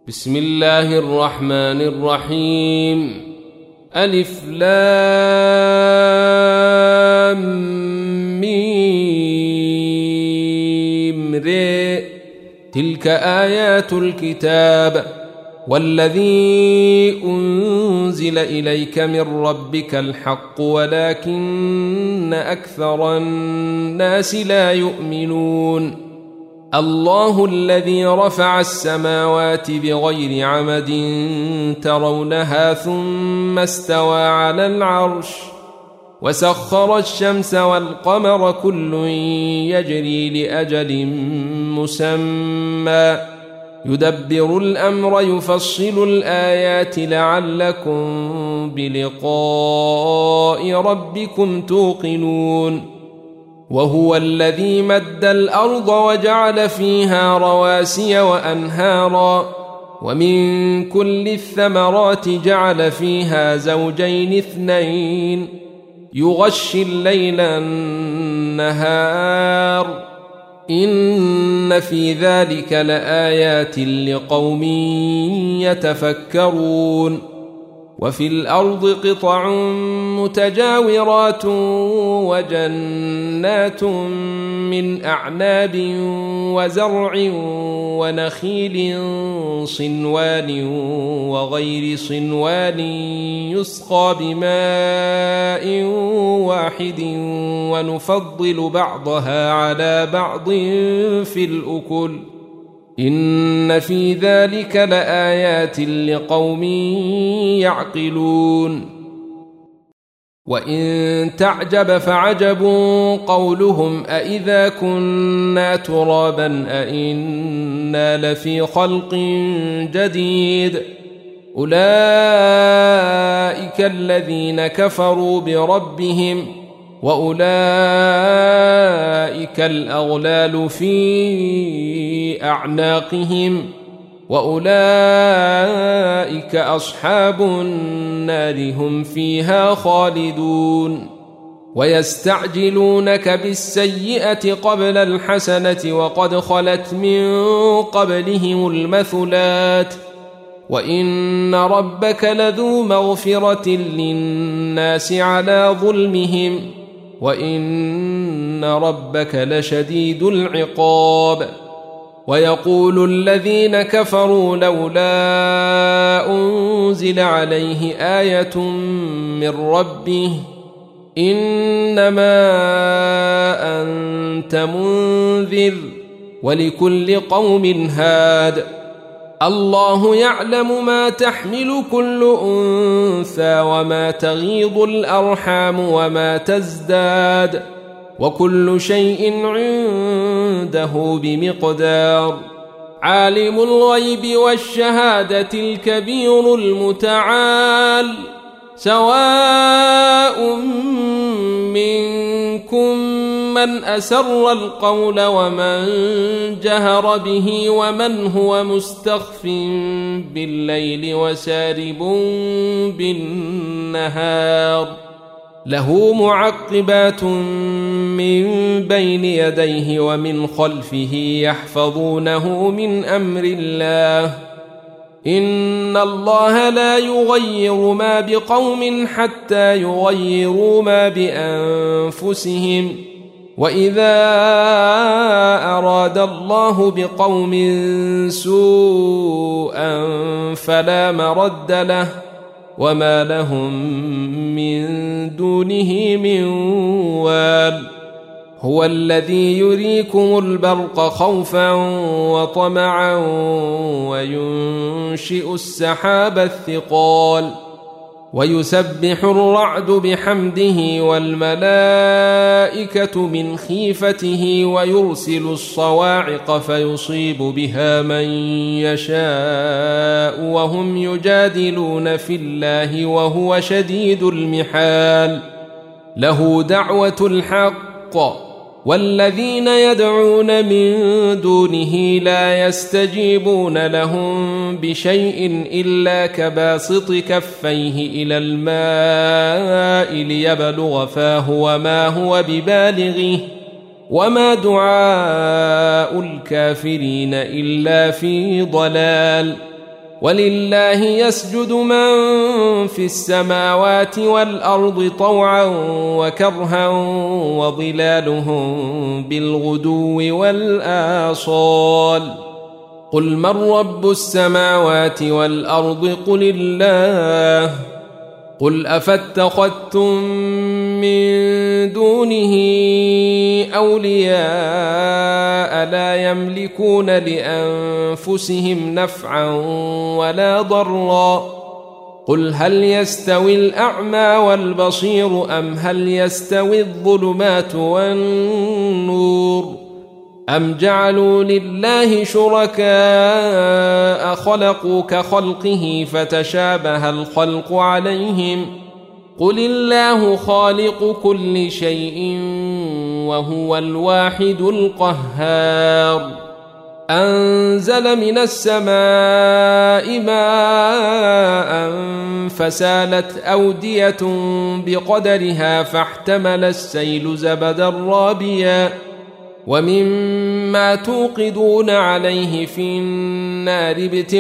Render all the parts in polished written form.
بسم الله الرحمن الرحيم. ألف لام ميم ر. تلك آيات الكتاب والذي أنزل إليك من ربك الحق ولكن أكثر الناس لا يؤمنون. الله الذي رفع السماوات بغير عمد ترونها ثم استوى على العرش وسخر الشمس والقمر كل يجري لأجل مسمى يدبر الأمر يفصل الآيات لعلكم بلقاء ربكم توقنون. وهو الذي مد الأرض وجعل فيها رواسي وأنهارا ومن كل الثمرات جعل فيها زوجين اثنين يغشي الليل النهار إن في ذلك لآيات لقوم يتفكرون. وفي الأرض قطع متجاورات وجنات من أعناب وزرع ونخيل صنوان وغير صنوان يسقى بماء واحد ونفضل بعضها على بعض في الأكل إن في ذلك لآيات لقوم يعقلون. وإن تعجب فعجب قولهم أإذا كنا ترابا أإنا لفي خلق جديد أولئك الذين كفروا بربهم وأولئك الأغلال في أعناقهم وأولئك أصحاب النار هم فيها خالدون. ويستعجلونك بالسيئة قبل الحسنة وقد خلت من قبلهم المثلات وإن ربك لذو مغفرة للناس على ظلمهم وإن ربك لشديد العقاب. ويقول الذين كفروا لولا أنزل عليه آية من ربه إنما أنت منذر ولكل قوم هاد الله يعلم ما تحمل كل أنثى وما تغيض الأرحام وما تزداد وكل شيء عنده بمقدار. عالم الغيب والشهادة الكبير المتعال سواء منكم من أسر القول ومن جهر به ومن هو مستخف بالليل وسارب بالنهار له معقبات من بين يديه ومن خلفه يحفظونه من أمر الله إن الله لا يغير ما بقوم حتى يغيروا ما بأنفسهم وإذا أراد الله بقوم سوءا فلا مرد له وما لهم من دونه من وال. هو الذي يريكم البرق خوفا وطمعا وينشئ السحاب الثقال ويسبح الرعد بحمده والملائكة من خيفته ويرسل الصواعق فيصيب بها من يشاء وهم يجادلون في الله وهو شديد المحال. له دعوة الحق والذين يدعون من دونه لا يستجيبون لهم بشيء إلا كباسط كفيه إلى الماء ليبلغ فاه وما هو ببالغه وما دعاء الكافرين إلا في ضلال. ولله يسجد من في السماوات والأرض طوعا وكرها وظلالهم بالغدو والآصال قل من رب السماوات والأرض قل الله قل أفاتخذتم من دونه أولياء لا يملكون لأنفسهم نفعا ولا ضرا قل هل يستوي الأعمى والبصير أم هل يستوي الظلمات والنور أم جعلوا لله شركاء خلقوا كخلقه فتشابه الخلق عليهم قل الله خالق كل شيء وهو الواحد القهار أنزل من السماء ماء فسالت أودية بقدرها فاحتمل السيل زبدا رابيا ومما توقدون عليه في النار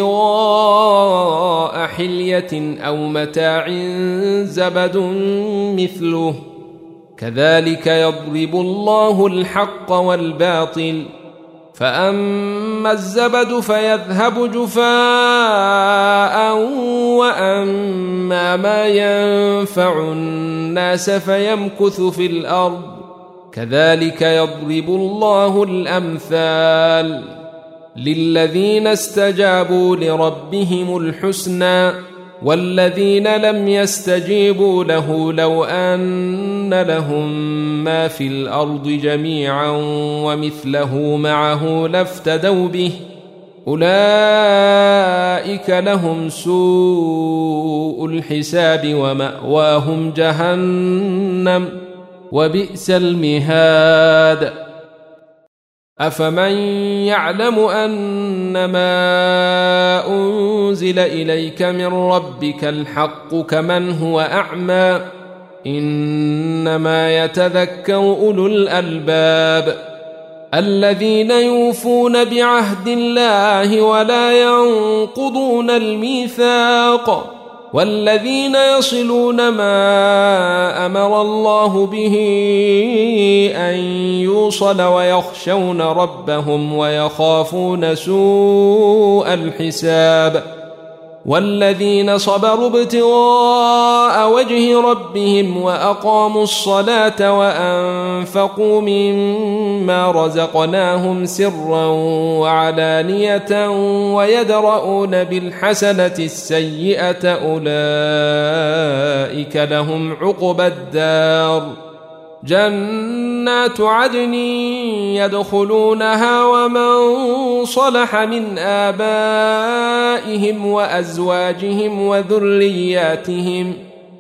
ابتغاء حلية أو متاع زبد مثله كذلك يضرب الله الحق والباطل فأما الزبد فيذهب جفاء وأما ما ينفع الناس فيمكث في الأرض كذلك يضرب الله الأمثال للذين استجابوا لربهم الحسنى والذين لم يستجيبوا له لو أن لهم ما في الأرض جميعا ومثله معه لافتدوا به أولئك لهم سوء الحساب ومأواهم جهنم وبئس المهاد أفمن يعلم أنما أنزل إليك من ربك الحق كمن هو أعمى إنما يتذكر أولو الألباب الذين يوفون بعهد الله ولا ينقضون الميثاق والذين يصلون ما أمر الله به أن يوصل ويخشون ربهم ويخافون سوء الحساب والذين صبروا ابتغاء وجه ربهم وأقاموا الصلاة وأنفقوا مما رزقناهم سرا وعلانية ويدرؤون بالحسنة السيئة أولئك لهم عقبى الدار جنات عدن يدخلونها ومن صلح من آبائهم وأزواجهم وذرياتهم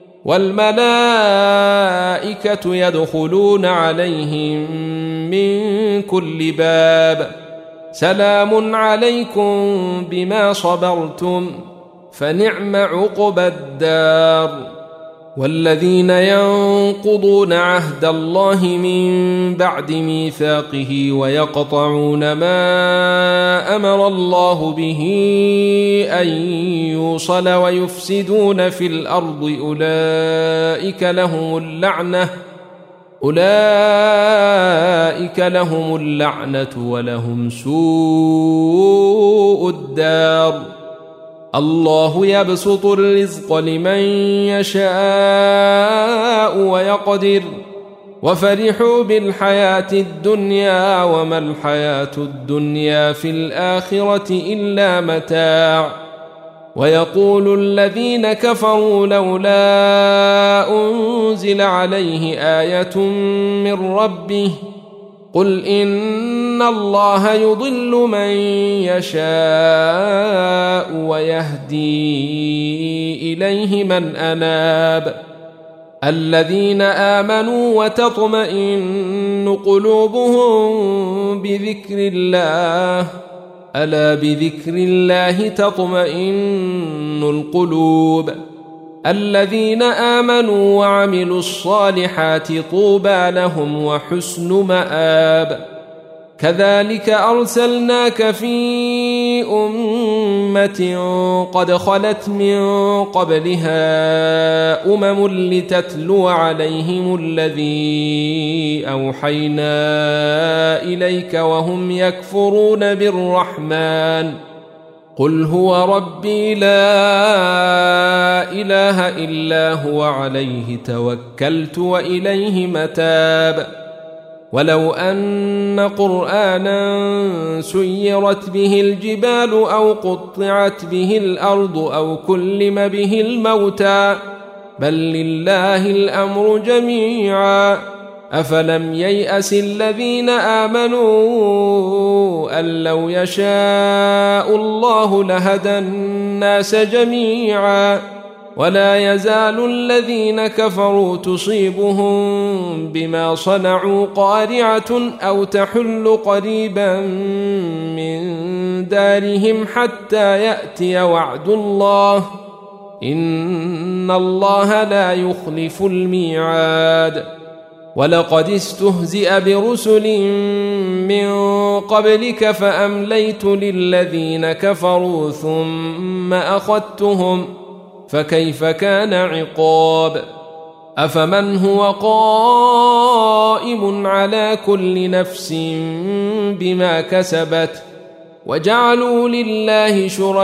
والملائكة يدخلون عليهم من كل باب سلام عليكم بما صبرتم فنعم عقبى الدار والذين ينقضون عهد الله من بعد ميثاقه ويقطعون ما أمر الله به أن يوصل ويفسدون في الأرض أولئك لهم اللعنة ولهم سوء الدار الله يبسط الرزق لمن يشاء ويقدر وفرحوا بالحياة الدنيا وما الحياة الدنيا في الآخرة إلا متاع ويقول الذين كفروا لولا أنزل عليه آية من ربه قل إن الله يضل من يشاء ويهدي إليه من أناب الذين آمنوا وتطمئن قلوبهم بذكر الله ألا بذكر الله تطمئن القلوب الذين آمنوا وعملوا الصالحات طوبى لهم وحسن مآب كذلك أرسلناك في أمة قد خلت من قبلها لتتلو عليهم الذي أوحينا إليك وهم يكفرون بالرحمن قل هو ربي لا إله إلا هو عليه توكلت وإليه متاب ولو أن قرآنا سيرت به الجبال أو قطعت به الأرض أو كلم به الموتى بل لله الأمر جميعا أفلم ييأس الذين آمنوا أن لو يشاء الله لهدى الناس جميعا ولا يزال الذين كفروا تصيبهم بما صنعوا قارعة أو تحل قريبا من دارهم حتى يأتي وعد الله إن الله لا يخلف الميعاد ولقد استهزئ برسل من قبلك فأمليت للذين كفروا ثم أخذتهم فكيف كان عقاب أفمن هو قائم على كل نفس بما كسبت وجعلوا لله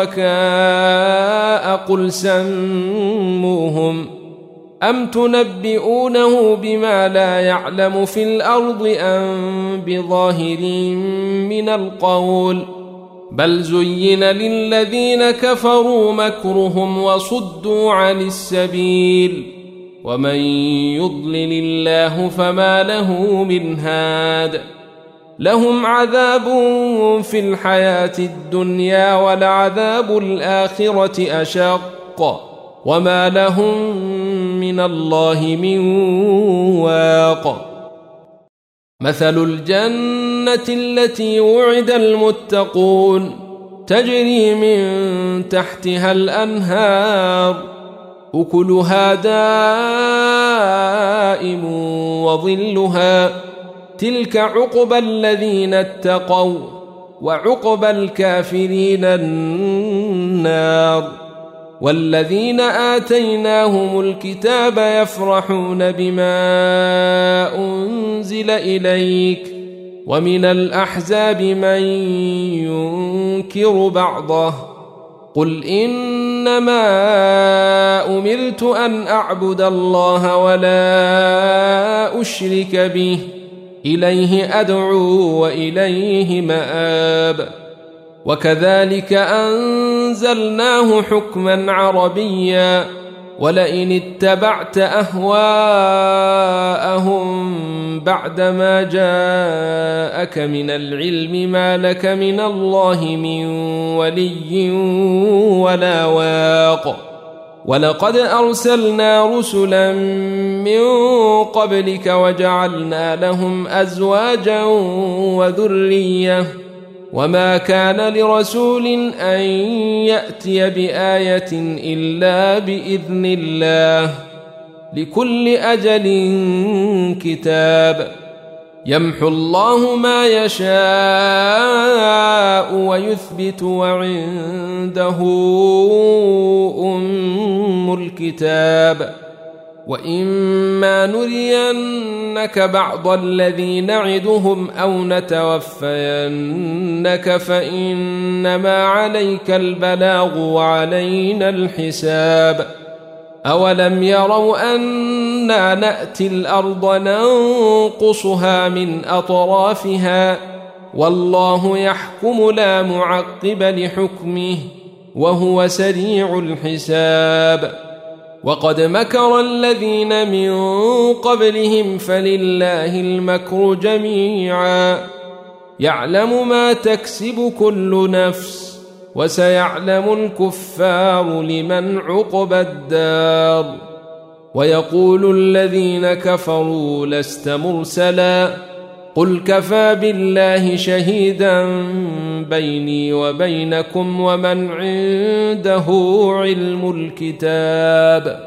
شركاء قل سموهم أم تنبئونه بما لا يعلم في الأرض أم بظاهر من القول بل زين للذين كفروا مكرهم وصدوا عن السبيل ومن يضلل الله فما له من هاد لهم عذاب في الحياة الدنيا ولعذاب الآخرة أشق وما لهم من الله من واق مثل الجنة التي وعد المتقون تجري من تحتها الأنهار أكلها دائم وظلها تلك عقبى الذين اتقوا وعقبى الكافرين النار والذين آتيناهم الكتاب يفرحون بما أنزل إليك ومن الأحزاب من ينكر بعضه قل إنما أمرت أن أعبد الله ولا أشرك به إليه أدعو وإليه مآب وكذلك أنزلناه حكما عربيا ولئن اتبعت أهواءهم بعدما جاءك من العلم ما لك من الله من ولي ولا واق ولقد أرسلنا رسلا من قبلك وجعلنا لهم أزواجا وذرية وما كان لرسول أن يأتي بآية إلا بإذن الله لكل أجل كتاب يمحو الله ما يشاء ويثبت وعنده أم الكتاب وإما نرينك بعض الذي نعدهم أو نتوفينك فإنما عليك البلاغ وعلينا الحساب أولم يروا أنا نأتي الأرض ننقصها من أطرافها والله يحكم لا معقب لحكمه وهو سريع الحساب وقد مكر الذين من قبلهم فلله المكر جميعا يعلم ما تكسب كل نفس وسيعلم الكفار لمن عقبى الدار ويقول الذين كفروا لست مرسلا قل كفى بالله شهيدا بيني وبينكم ومن عنده علم الكتاب